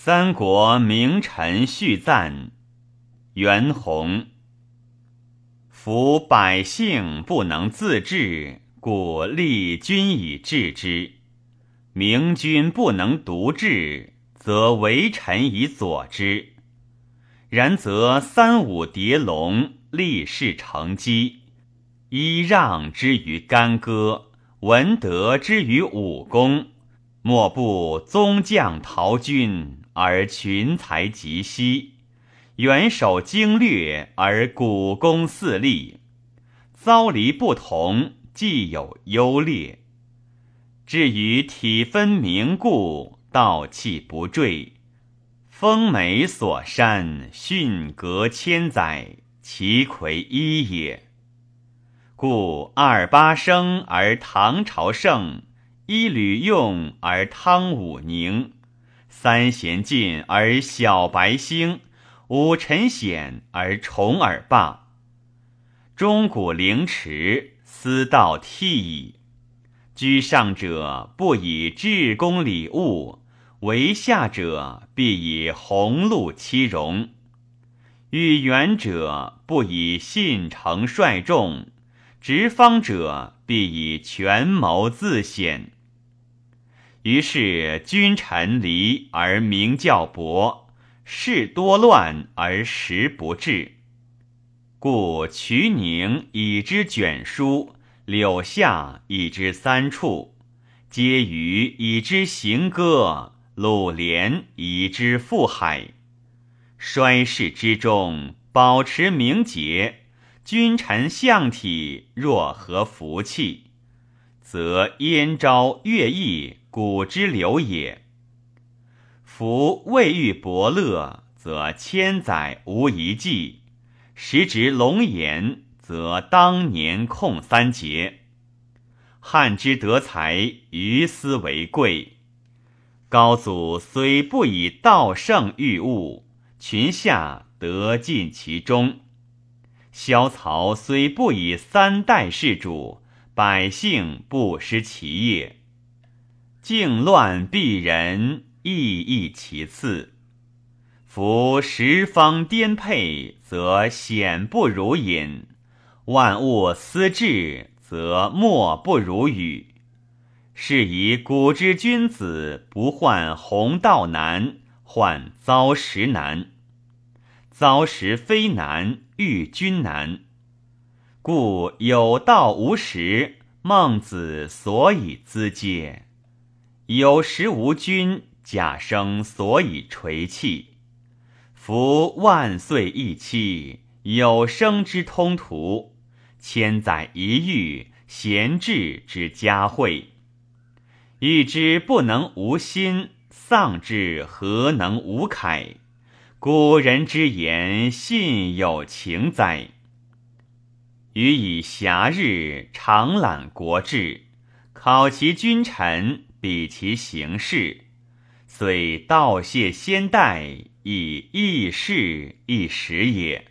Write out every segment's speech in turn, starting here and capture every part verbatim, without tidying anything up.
三国名臣序赞，袁弘。夫百姓不能自治，故立君以治之；明君不能独治，则为臣以佐之。然则三五叠龙，立事成基，揖让之于干戈，闻得之于武功，莫不宗将陶军，而群才集息；元首经略，而古功四立。遭离不同，既有优劣。至于体分明固，道气不坠，风美所山，逊隔千载，其魁一也。故二八生而唐朝盛，一吕用而汤武宁，三贤进而小白兴，五陈显而重耳罢。钟鼓凌迟，思道替矣。居上者不以至公礼物，为下者必以鸿禄欺荣。遇远者不以信诚率众，执方者必以权谋自显。于是君臣离而名教薄，事多乱而时不治。故瞿宁以之卷书，柳下以之三处，皆余以之行歌，鲁连以之覆海。衰世之中，保持名节，君臣相体，若合福气，则燕昭乐毅，古之流也。夫未遇伯乐，则千载无一季；时值龙颜，则当年空三节。汉之德才，于斯为贵。高祖虽不以道圣御物，群下得尽其中；萧曹虽不以三代事主，百姓不失其业。靖乱避人，亦亦其次。夫十方颠沛，则险不如隐；万物思治，则莫不如禹。是以古之君子，不患弘道难，患遭时难。遭时非难，遇君难。故有道无时，孟子所以咨嗟；有时无君，贾生所以垂泣。夫万岁一期，有生之通途；千载一遇，贤治之佳会。遇之不能无心，丧之何能无慨？古人之言，信有情哉。予以暇日，常览国志，考其君臣，比其行事，虽道谢先代，亦易事易时也。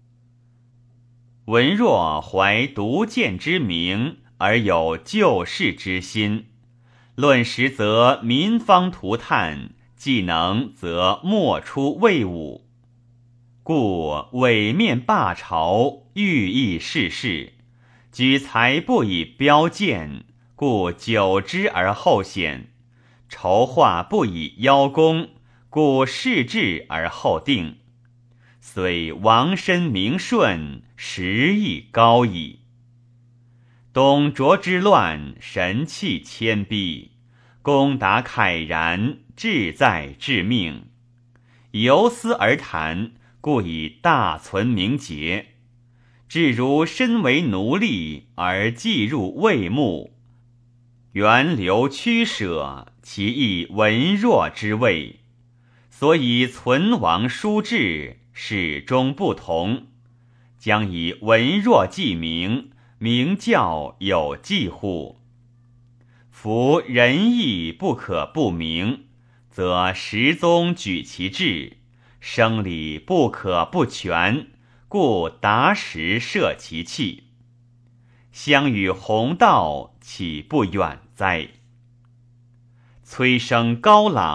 文若怀独见之明，而有救世之心，论实则民方涂炭，技能则莫出魏武。故伪面霸朝，欲意世事，举才不以标见，故久之而后显；筹划不以邀功，故事至而后定。虽王身名顺，实亦高矣。董卓之乱，神器谦卑；公达慨然，志在致命。由思而谈，故以大存名节。至如身为奴隶，而寄入魏牧，源流曲舍，其亦文弱之谓。所以存亡殊至，始终不同。将以文弱记名，名教有记乎？夫仁义不可不明，则十宗举其志；生理不可不全，故达时摄其气。相与弘道，岂不远哉？崔生高朗，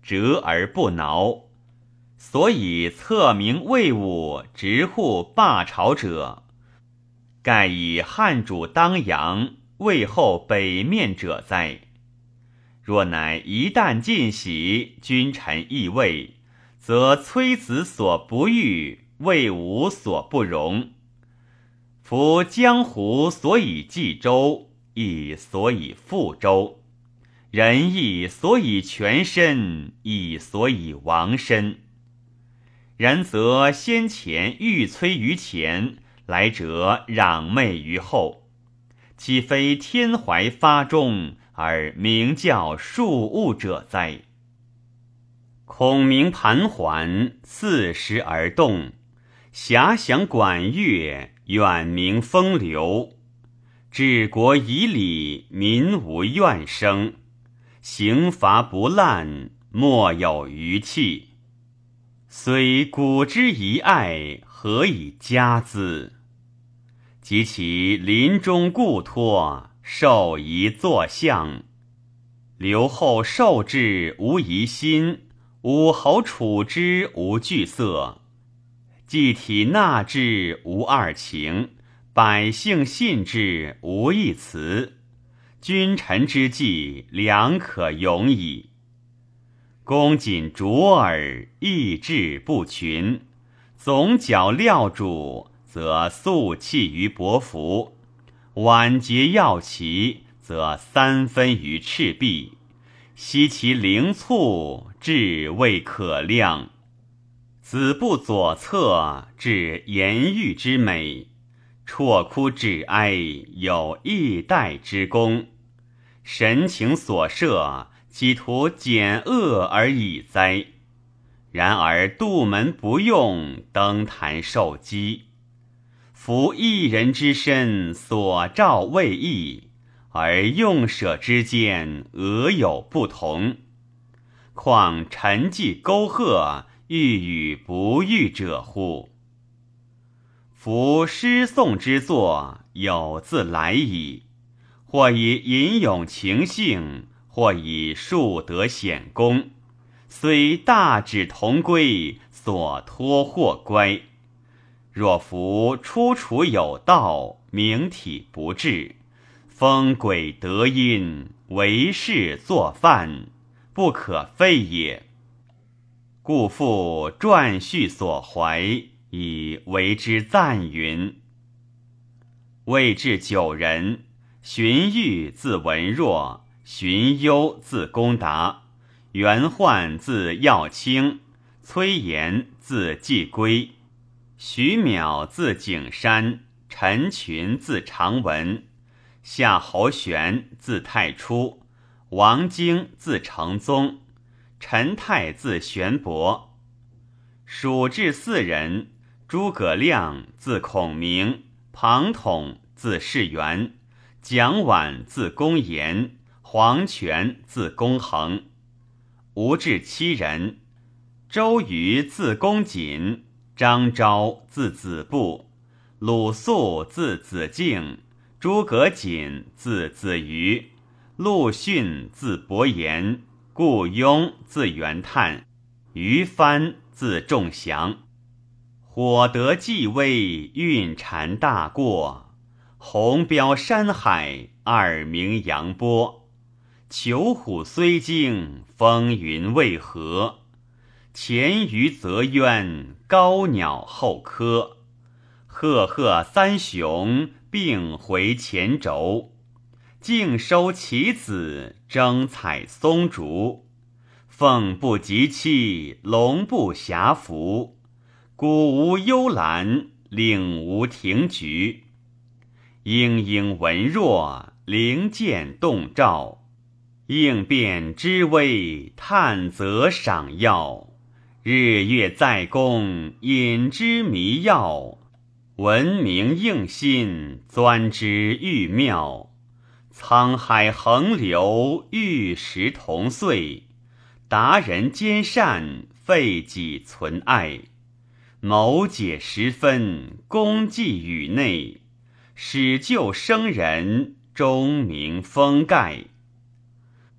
折而不挠。所以册名魏武直护霸朝者，盖以汉主当阳，魏后北面者哉？若乃一旦尽喜，君臣易位，则崔子所不欲，魏武所不容。夫江湖所以济周，亦所以覆周；仁义所以全身，亦所以亡身。然则先前欲摧于前，来者攘媚于后，岂非天怀发中，而明教庶务者哉？孔明盘桓，四时而动，遐想管乐，远明风流。治国以礼，民无怨声；刑罚不滥，莫有余气。虽古之遗爱，何以加兹？及其临终故托，授仪作相，留后受之无疑心，武侯处之无惧色，祭体纳之无二情，百姓信之无一辞，君臣之计，良可容矣。公瑾卓尔，意志不群；总角料主，则素弃于伯服；晚节要齐，则三分于赤壁。惜其灵促，至未可量。子不左侧，至言喻之美；啜哭止哀，有一代之功。神情所摄，岂图简恶而已哉？然而杜门不用，登坛受讥。夫一人之身，所照未异，而用舍之间，俄有不同。况陈迹沟壑，欲与不欲者乎？夫诗颂之作，有自来矣，或以吟咏情性，或以树德显功，虽大指同归，所托或乖。若夫出处有道，明体不至，风轨得因，为事作范，不可废也。故复传叙所怀，以为之赞云：魏至九人，荀彧字文若，荀攸字公达，袁焕字耀清，崔琰字季归，徐邈字景山，陈群字长文，夏侯玄字太初，王经字承宗，陈泰字玄伯。蜀至四人，诸葛亮字孔明，庞统字士元，蒋琬字公言，黄权字公衡。吴至七人，周瑜字公瑾，张昭字子布，鲁肃字子敬，诸葛瑾字子瑜，陆逊字伯言，顾雍字元叹，于翻字仲祥。火得既微，运禅大过，鸿飙山海，二名扬波。虬虎虽惊，风云未合。前鱼则渊，高鸟后科。赫赫三雄，并回前轴。竞收其子，争采松竹。凤不及期，龙不暇服。鼓无幽兰，令无庭菊。英英文若，灵剑动照。应变之微，探则赏耀。日月在公，引之迷药。闻名应心，钻之欲妙。沧海横流，玉石同岁。达人兼善，废己存爱。谋解十分，功绩宇内。始救生人，终明封盖。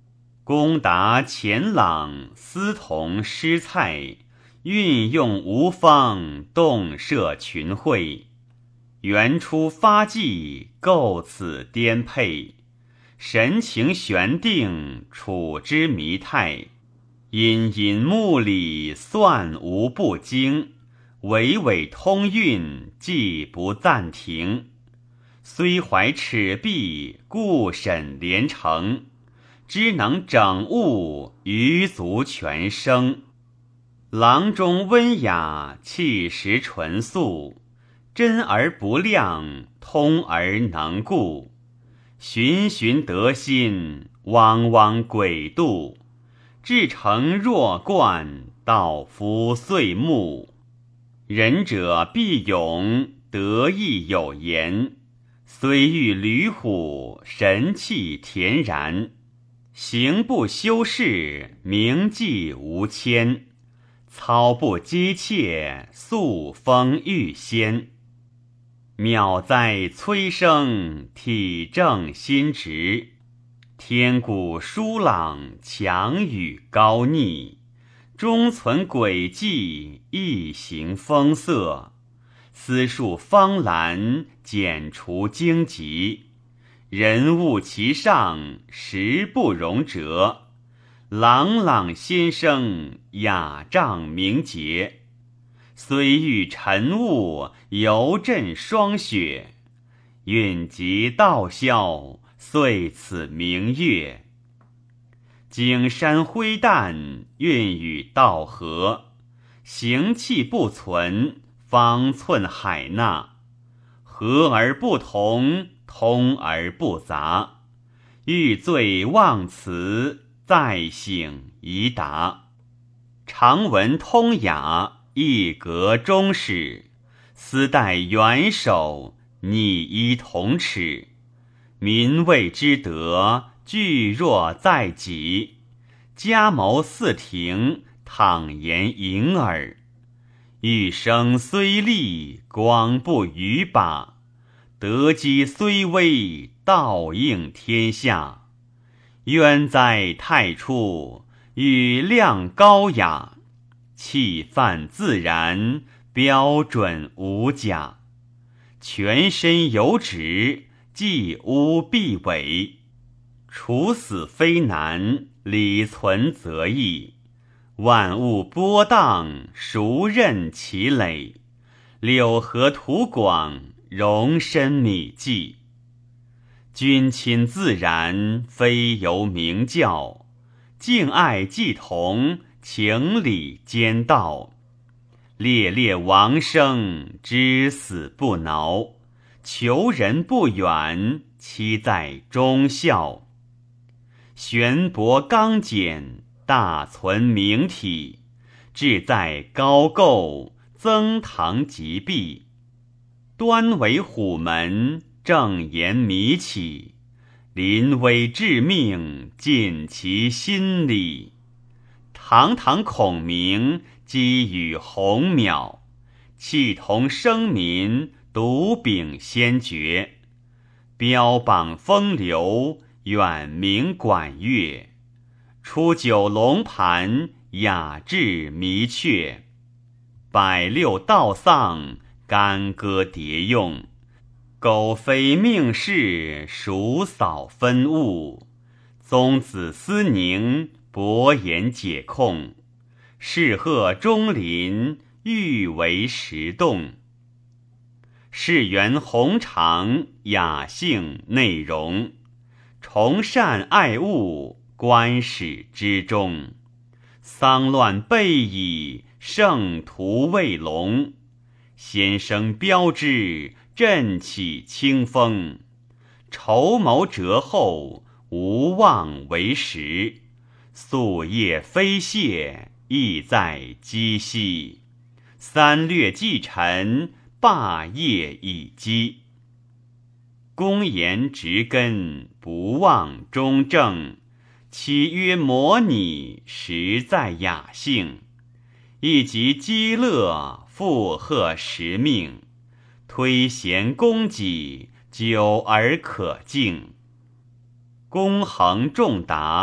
公达前朗，司同诗蔡，运用无方，动摄群会。原出发迹，构此颠沛。神情玄定，处之迷态。隐隐目里，算无不精。娓娓通韵，既不暂停。虽怀尺璧，故审连成。知能整物，余足全生。郎中温雅，气实纯素。真而不亮，通而能固。循循得心，汪汪诡度。至诚若贯，道夫岁暮。仁者必勇，得意有言。虽遇驴虎，神气恬然。行不修饰，铭记无谦。操不机切，素风欲仙。妙哉催生，体正心直。天古疏朗，强语高逆。中存诡计，异行风色。思数方兰，剪除荆棘。人物其上，实不容折。朗朗先生，雅丈明节。虽遇晨雾，犹振霜雪。韵及道消，遂此明月。景山灰淡，韵与道合。行气不存，方寸海纳。和而不同，通而不杂。欲醉忘词，再醒宜达。常文通雅，一格中始。丝带元首，拟衣同齿。民谓之德，具若在己。家谋四庭，倘言盈耳。欲生虽利，广布于把。得机虽微，道应天下。渊哉太初，语量高雅。气范自然，标准无假。全身有直，既无必伪。处死非难，理存则易。万物波荡，孰任其累？柳河图广，容身米记。君亲自然，非由名教。敬爱既同，情理兼道。烈烈王生，知死不挠。求人不远，期在忠孝。玄博刚简，大存明体。志在高构，增堂极壁。端为虎门，正言弥起。临危致命，尽其心理。堂堂孔明，基与宏渺。气同生民，独秉先觉。标榜风流，远名管乐。出九龙盘，雅致弥阙。百六道丧，干戈迭用。苟非命世，孰扫分物？宗子思宁，伯言解控。士贺钟林，欲为时动。世缘宏长，雅兴内容。崇善爱物，观始之终。丧乱备矣，圣徒未隆。先生标之，振起清风。筹谋折后，无望为实。夙夜非懈，意在积息。三略既陈，霸业已基。公言直根，不忘忠正。岂曰模拟，实在雅兴。一及积乐，负荷时命。推贤供给，久而可敬。公衡重达，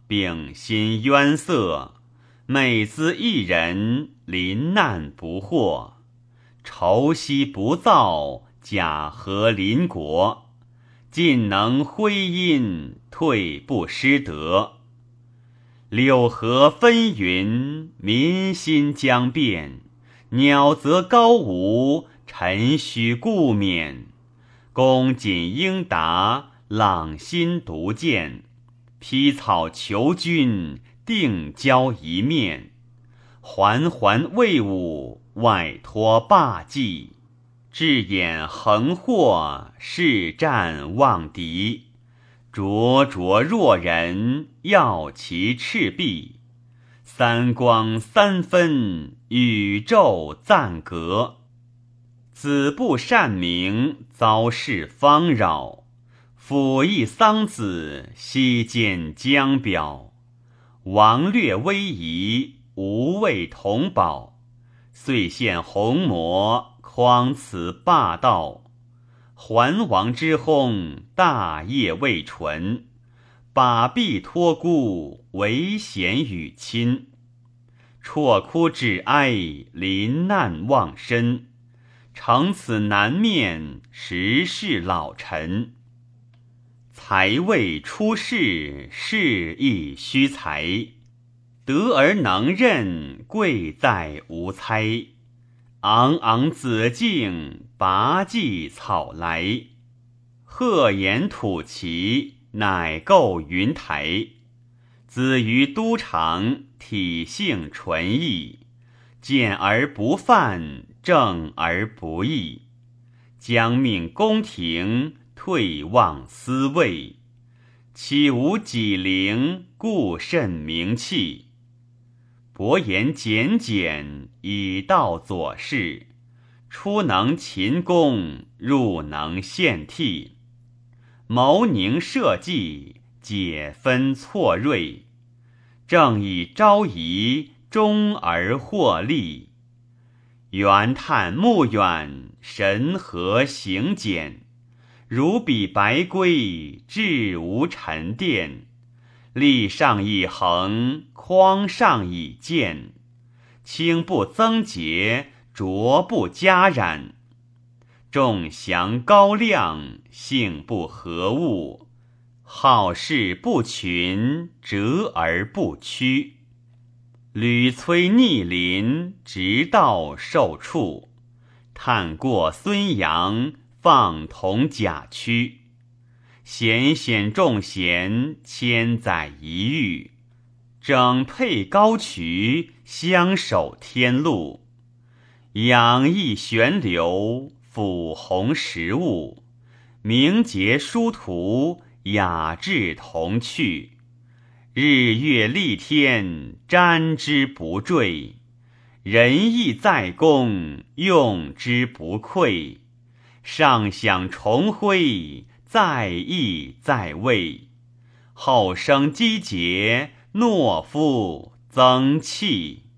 秉心冤色，美兹一人，临难不惑。愁兮不躁，假和邻国。进能徽因，退不失德。柳河纷纭，民心将变。鸟则高吾，臣须顾勉。公瑾应答，朗心独见。披草求君，定交一面。环环魏武，外托霸绩。智眼横祸，视战忘敌。灼灼若人，耀其赤壁。三光三分，宇宙暂隔。子不善名，遭事方扰。辅义桑梓，西见江表。王略威仪，无畏同保。遂陷鸿魔，匡此霸道。桓王之薨，大业未纯。把臂托孤，为贤与亲。啜哭止哀，临难忘身。承此南面，时是老臣。才未出世，事亦须才。得而能任，贵在无猜。昂昂子敬，拔济草来。鹤言吐奇，乃构云台。子于都城，体性纯义。见而不犯，正而不义。将命宫廷，退望思位。岂无己灵，故甚名器。伯言简简，以道左事。出能勤功，入能献替。谋宁社稷，解分错锐。正以昭仪，忠而获利。元叹目远，神和行简。如比白圭，志无沉淀。力上以衡，匡上以鉴。轻不增节，浊不加染。众祥高亮，性不和物。好事不群，折而不屈。屡摧逆鳞，直道受处。叹过孙杨，放同甲躯。险险众贤，千载一遇。整配高渠，相守天路。养逸玄流，抚弘时务。明节殊途，雅致同趣。日月丽天，瞻之不坠。仁义在公，用之不愧。上享重辉，在义在位。后生积节，懦夫增气。